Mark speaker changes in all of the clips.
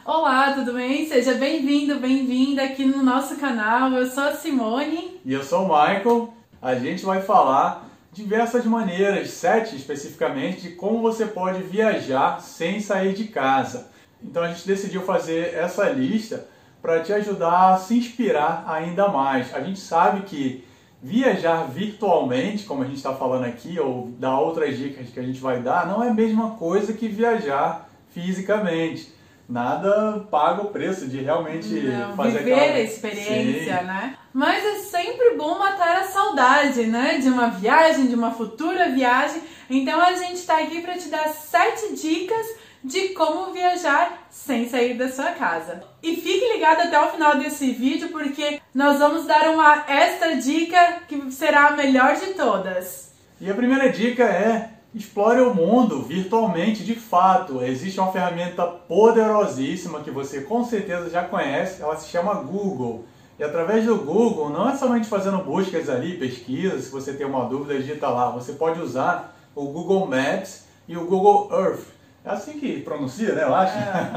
Speaker 1: Olá, tudo bem? Seja bem-vindo, bem-vinda aqui no nosso canal. Eu sou a Simone.
Speaker 2: E eu sou o Michael. A gente vai falar diversas maneiras, 7 especificamente, de como você pode viajar sem sair de casa. Então a gente decidiu fazer essa lista para te ajudar a se inspirar ainda mais. A gente sabe que viajar virtualmente, como a gente está falando aqui, ou dar outras dicas que a gente vai dar, não é a mesma coisa que viajar fisicamente. Nada paga o preço de realmente fazer
Speaker 1: viver
Speaker 2: aquela...
Speaker 1: a experiência,
Speaker 2: Sim.
Speaker 1: né? Mas é sempre bom matar a saudade, né? De uma viagem, de uma futura viagem. Então a gente está aqui para te dar 7 dicas de como viajar sem sair da sua casa. E fique ligado até o final desse vídeo porque nós vamos dar uma extra dica que será a melhor de todas.
Speaker 2: E a primeira dica é: explore o mundo virtualmente de fato. Existe uma ferramenta poderosíssima que você com certeza já conhece, ela se chama Google. E através do Google, não é somente fazendo buscas ali, pesquisas, se você tem uma dúvida, digita lá. Você pode usar o Google Maps e o Google Earth. É assim que pronuncia, né, eu acho?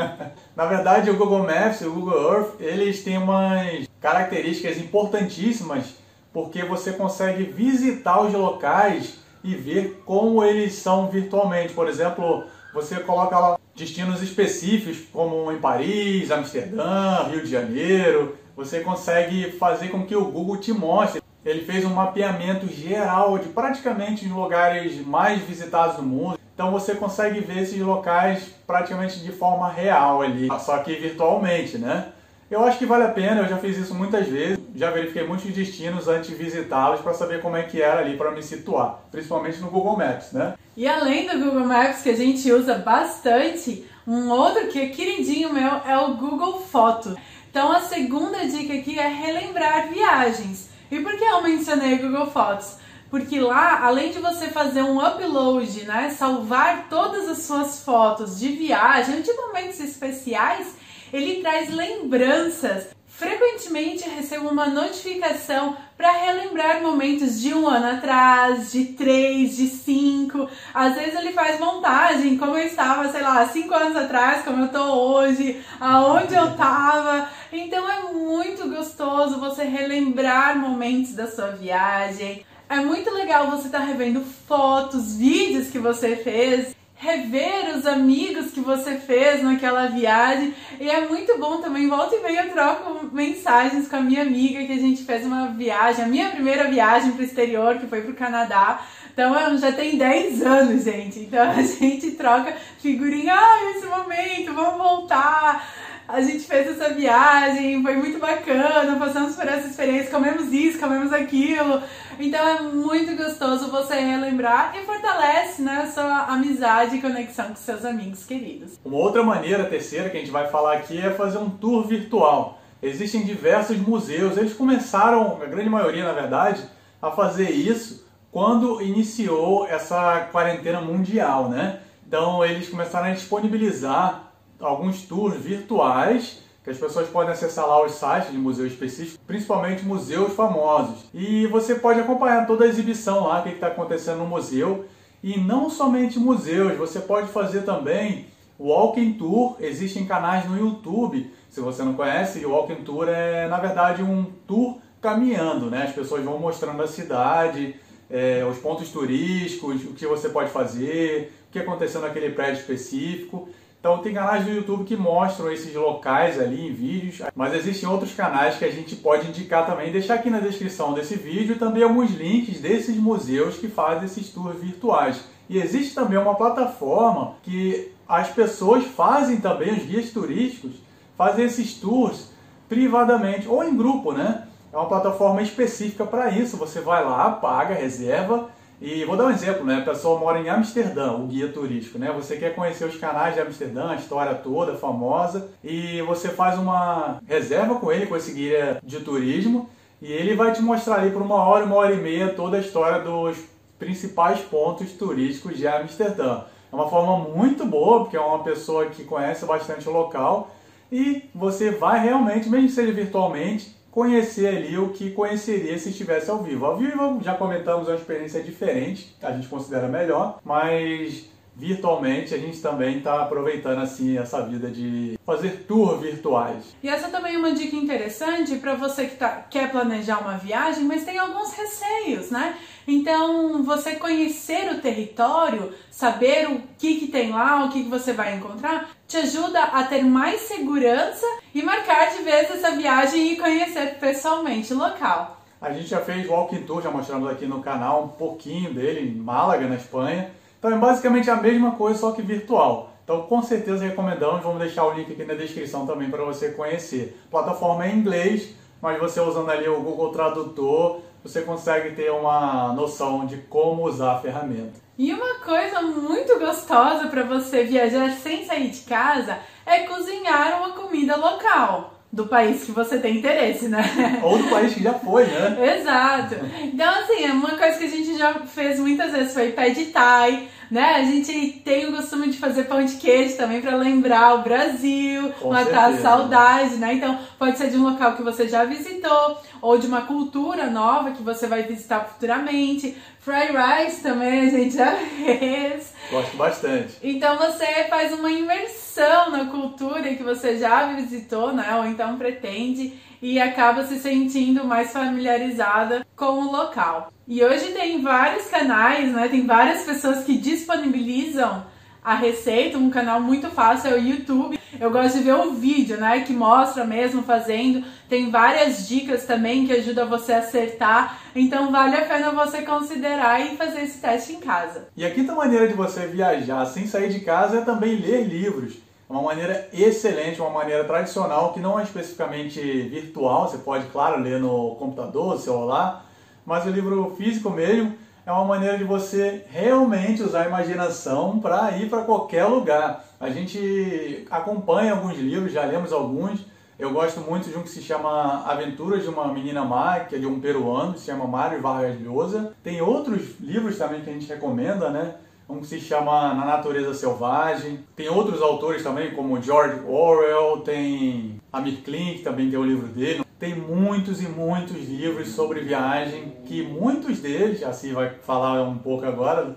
Speaker 2: Na verdade, o Google Maps e o Google Earth, eles têm umas características importantíssimas porque você consegue visitar os locais e ver como eles são virtualmente. Por exemplo, você coloca lá destinos específicos, como em Paris, Amsterdã, Rio de Janeiro. Você consegue fazer com que o Google te mostre. Ele fez um mapeamento geral de praticamente os lugares mais visitados do mundo. Então você consegue ver esses locais praticamente de forma real ali, só que virtualmente, né? Eu acho que vale a pena, eu já fiz isso muitas vezes, já verifiquei muitos destinos antes de visitá-los para saber como é que era ali para me situar, principalmente no Google Maps, né?
Speaker 1: E além do Google Maps, que a gente usa bastante, um outro que é queridinho meu é o Google Fotos. Então a segunda dica aqui é relembrar viagens. E por que eu mencionei o Google Fotos? Porque lá, além de você fazer um upload, né, salvar todas as suas fotos de viagem, de momentos especiais, ele traz lembranças. Frequentemente recebo uma notificação para relembrar momentos de 1 ano atrás, de 3, de 5. Às vezes ele faz montagem, como eu estava, sei lá, 5 anos atrás, como eu estou hoje, aonde eu estava. Então é muito gostoso você relembrar momentos da sua viagem. É muito legal você estar revendo fotos, vídeos que você fez, rever os amigos que você fez naquela viagem. E é muito bom também, volta e meia eu troco mensagens com a minha amiga que a gente fez uma viagem, a minha primeira viagem para o exterior, que foi para o Canadá. Então já tem 10 anos, gente. Então a gente troca figurinha, esse momento, vamos voltar. A gente fez essa viagem, foi muito bacana, passamos por essa experiência, comemos isso, comemos aquilo. Então é muito gostoso você relembrar e fortalece, né, a sua amizade e conexão com seus amigos queridos.
Speaker 2: Uma outra maneira, a terceira, que a gente vai falar aqui é fazer um tour virtual. Existem diversos museus, eles começaram, a grande maioria na verdade, a fazer isso quando iniciou essa quarentena mundial, né? Então eles começaram a disponibilizar alguns tours virtuais que as pessoas podem acessar lá os sites de museus específicos, principalmente museus famosos. E você pode acompanhar toda a exibição lá, o que está acontecendo no museu. E não somente museus, você pode fazer também walking tour. Existem canais no YouTube, se você não conhece, o walking tour é na verdade um tour caminhando, né? As pessoas vão mostrando a cidade, os pontos turísticos, o que você pode fazer, o que aconteceu naquele prédio específico. Então tem canais do YouTube que mostram esses locais ali em vídeos, mas existem outros canais que a gente pode indicar também, deixar aqui na descrição desse vídeo também alguns links desses museus que fazem esses tours virtuais. E existe também uma plataforma que as pessoas fazem também, os guias turísticos, fazem esses tours privadamente ou em grupo, né? É uma plataforma específica para isso, você vai lá, paga, reserva. E vou dar um exemplo, né? A pessoa mora em Amsterdã, o guia turístico, né? Você quer conhecer os canais de Amsterdã, a história toda, famosa, e você faz uma reserva com ele, com esse guia de turismo, e ele vai te mostrar ali por 1 hora e meia, toda a história dos principais pontos turísticos de Amsterdã. É uma forma muito boa, porque é uma pessoa que conhece bastante o local, e você vai realmente, mesmo que seja virtualmente, conhecer ali o que conheceria se estivesse ao vivo. Ao vivo, já comentamos, é uma experiência diferente, a gente considera melhor, mas virtualmente, a gente também está aproveitando assim essa vida de fazer tours virtuais.
Speaker 1: E essa também é uma dica interessante para você que quer planejar uma viagem, mas tem alguns receios, né? Então, você conhecer o território, saber o que tem lá, o que você vai encontrar, te ajuda a ter mais segurança e marcar de vez essa viagem e conhecer pessoalmente o local.
Speaker 2: A gente já fez Walking Tour, já mostramos aqui no canal um pouquinho dele, em Málaga, na Espanha. Então é basicamente a mesma coisa, só que virtual. Então com certeza recomendamos, vamos deixar o link aqui na descrição também para você conhecer. A plataforma é em inglês, mas você usando ali o Google Tradutor, você consegue ter uma noção de como usar a ferramenta.
Speaker 1: E uma coisa muito gostosa para você viajar sem sair de casa é cozinhar uma comida local. Do país que você tem interesse, né?
Speaker 2: Ou do país que já foi, né?
Speaker 1: Exato. Então, assim, uma coisa que a gente já fez muitas vezes foi pad thai, né? A gente tem o costume de fazer pão de queijo também para lembrar o Brasil, matar a saudade, né? Então, pode ser de um local que você já visitou ou de uma cultura nova que você vai visitar futuramente. Fried rice também a gente já fez.
Speaker 2: Gosto bastante.
Speaker 1: Então você faz uma imersão na cultura que você já visitou, né? Ou então pretende e acaba se sentindo mais familiarizada com o local. E hoje tem vários canais, né? Tem várias pessoas que disponibilizam a receita, um canal muito fácil é o YouTube. Eu gosto de ver o vídeo, né, que mostra mesmo fazendo. Tem várias dicas também que ajudam você a acertar. Então vale a pena você considerar e fazer esse teste em casa.
Speaker 2: E a quinta maneira de você viajar sem sair de casa é também ler livros. É uma maneira excelente, uma maneira tradicional que não é especificamente virtual. Você pode, claro, ler no computador, no celular, mas o livro físico mesmo é uma maneira de você realmente usar a imaginação para ir para qualquer lugar. A gente acompanha alguns livros, já lemos alguns. Eu gosto muito de um que se chama Aventuras de uma Menina Má, que é de um peruano, se chama Mário Vargas Llosa. Tem outros livros também que a gente recomenda, né? Um que se chama Na Natureza Selvagem. Tem outros autores também, como George Orwell, tem Amir Klink, também tem o livro dele. Tem muitos e muitos livros sobre viagem, que muitos deles, assim vai falar um pouco agora,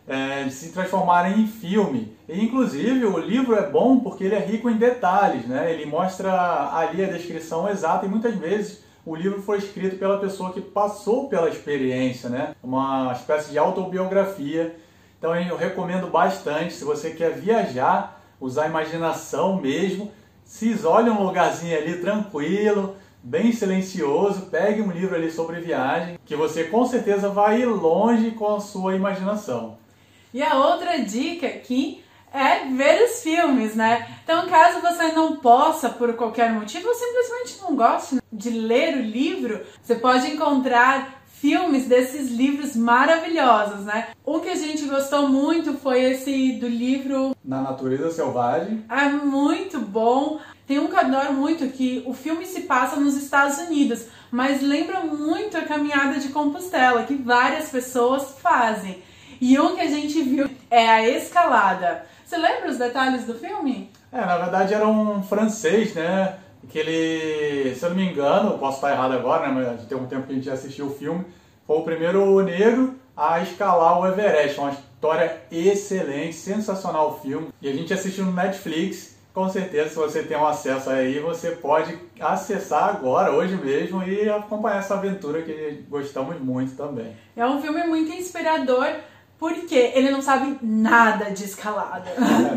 Speaker 2: se transformaram em filme. E, inclusive, o livro é bom porque ele é rico em detalhes, né? Ele mostra ali a descrição exata e muitas vezes o livro foi escrito pela pessoa que passou pela experiência, né? Uma espécie de autobiografia. Então eu recomendo bastante, se você quer viajar, usar a imaginação mesmo, se isole um lugarzinho ali tranquilo, bem silencioso, pegue um livro ali sobre viagem, que você com certeza vai ir longe com a sua imaginação.
Speaker 1: E a outra dica aqui é ver os filmes, né? Então, caso você não possa, por qualquer motivo, ou simplesmente não goste de ler o livro, você pode encontrar filmes desses livros maravilhosos, né? Um que a gente gostou muito foi esse do livro
Speaker 2: Na Natureza Selvagem.
Speaker 1: É muito bom. Tem um que eu adoro muito, que o filme se passa nos Estados Unidos, mas lembra muito a Caminhada de Compostela, que várias pessoas fazem. E um que a gente viu é a escalada. Você lembra os detalhes do filme?
Speaker 2: Na verdade era um francês, né? Que ele, se eu não me engano, posso estar errado agora, né? Mas tem um tempo que a gente assistiu o filme, foi o primeiro negro a escalar o Everest. Uma história excelente, sensacional o filme. E a gente assistiu no Netflix. Com certeza, se você tem um acesso aí, você pode acessar agora, hoje mesmo, e acompanhar essa aventura que gostamos muito também.
Speaker 1: É um filme muito inspirador, porque ele não sabe nada de escalada.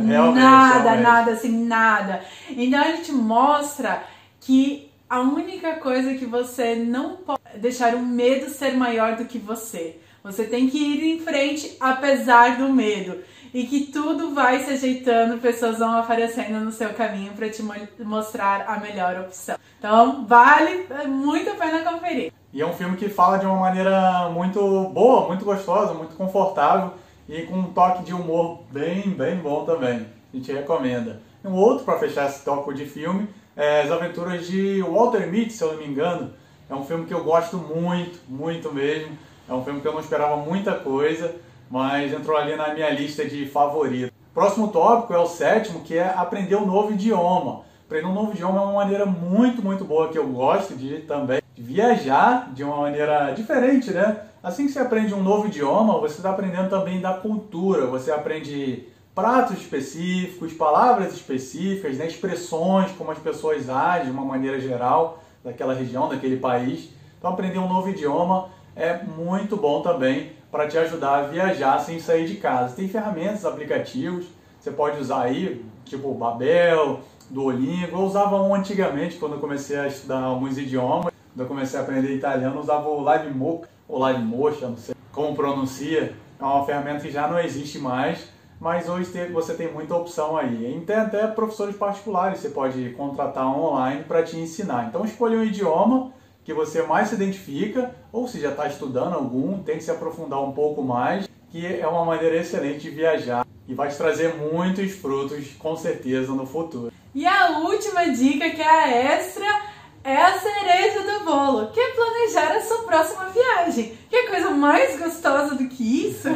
Speaker 1: Nada, assim, nada. Então ele te mostra que a única coisa que você não pode deixar o medo ser maior do que você. Você tem que ir em frente apesar do medo. E que tudo vai se ajeitando, pessoas vão aparecendo no seu caminho para te mostrar a melhor opção. Então, vale muito a pena conferir.
Speaker 2: E é um filme que fala de uma maneira muito boa, muito gostosa, muito confortável e com um toque de humor bem bom também. A gente recomenda. E um outro, para fechar esse tópico de filme, é As Aventuras de Walter Mitty, se eu não me engano. É um filme que eu gosto muito mesmo. É um filme que eu não esperava muita coisa, mas entrou ali na minha lista de favoritos. Próximo tópico é o sétimo, que é aprender um novo idioma. Aprender um novo idioma é uma maneira muito boa que eu gosto de também viajar de uma maneira diferente, né? Assim que você aprende um novo idioma, você está aprendendo também da cultura, você aprende pratos específicos, palavras específicas, né, expressões, como as pessoas agem de uma maneira geral daquela região, daquele país. Então aprender um novo idioma é muito bom também para te ajudar a viajar sem sair de casa. Tem ferramentas, aplicativos, você pode usar aí, tipo Babel, Duolingo. Eu usava um antigamente quando eu comecei a estudar alguns idiomas. Quando eu comecei a aprender italiano, eu usava o LiveMocha, ou LiveMocha, não sei como pronuncia. É uma ferramenta que já não existe mais, mas hoje você tem muita opção aí. E tem até professores particulares, você pode contratar online para te ensinar. Então escolha um idioma que você mais se identifica, ou se já está estudando algum, tente se aprofundar um pouco mais, que é uma maneira excelente de viajar e vai te trazer muitos frutos, com certeza, no futuro.
Speaker 1: E a última dica, que é a extra, é a cereja do bolo, que é planejar a sua próxima viagem. Que coisa mais gostosa do que isso?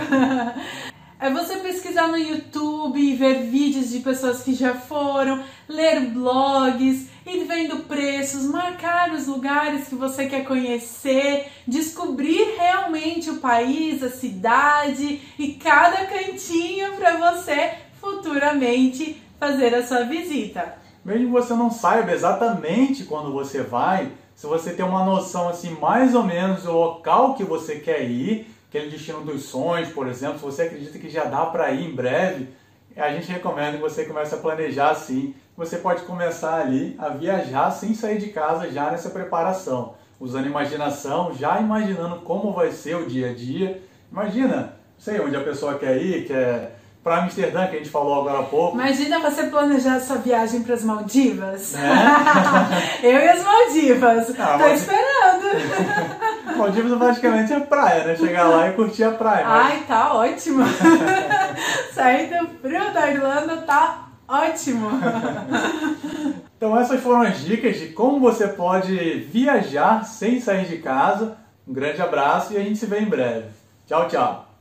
Speaker 1: É você pesquisar no YouTube, ver vídeos de pessoas que já foram, ler blogs, ir vendo preços, marcar os lugares que você quer conhecer, descobrir realmente o país, a cidade e cada cantinho para você futuramente fazer a sua visita.
Speaker 2: Mesmo que você não saiba exatamente quando você vai, se você tem uma noção assim mais ou menos do local que você quer ir, aquele destino dos sonhos, por exemplo, se você acredita que já dá para ir em breve, a gente recomenda que você comece a planejar assim. Você pode começar ali a viajar sem sair de casa já nessa preparação, usando imaginação, já imaginando como vai ser o dia a dia. Imagina, não sei onde a pessoa quer ir, quer para Amsterdã, que a gente falou agora há pouco.
Speaker 1: Imagina você planejar sua viagem para as Maldivas. É? Eu e as Maldivas. Tô esperando.
Speaker 2: Maldivas praticamente é praia, né? Chegar lá e curtir a praia. Mas...
Speaker 1: Ai, tá ótimo. Sair do frio da Irlanda tá ótimo.
Speaker 2: Então essas foram as dicas de como você pode viajar sem sair de casa. Um grande abraço e a gente se vê em breve. Tchau, tchau.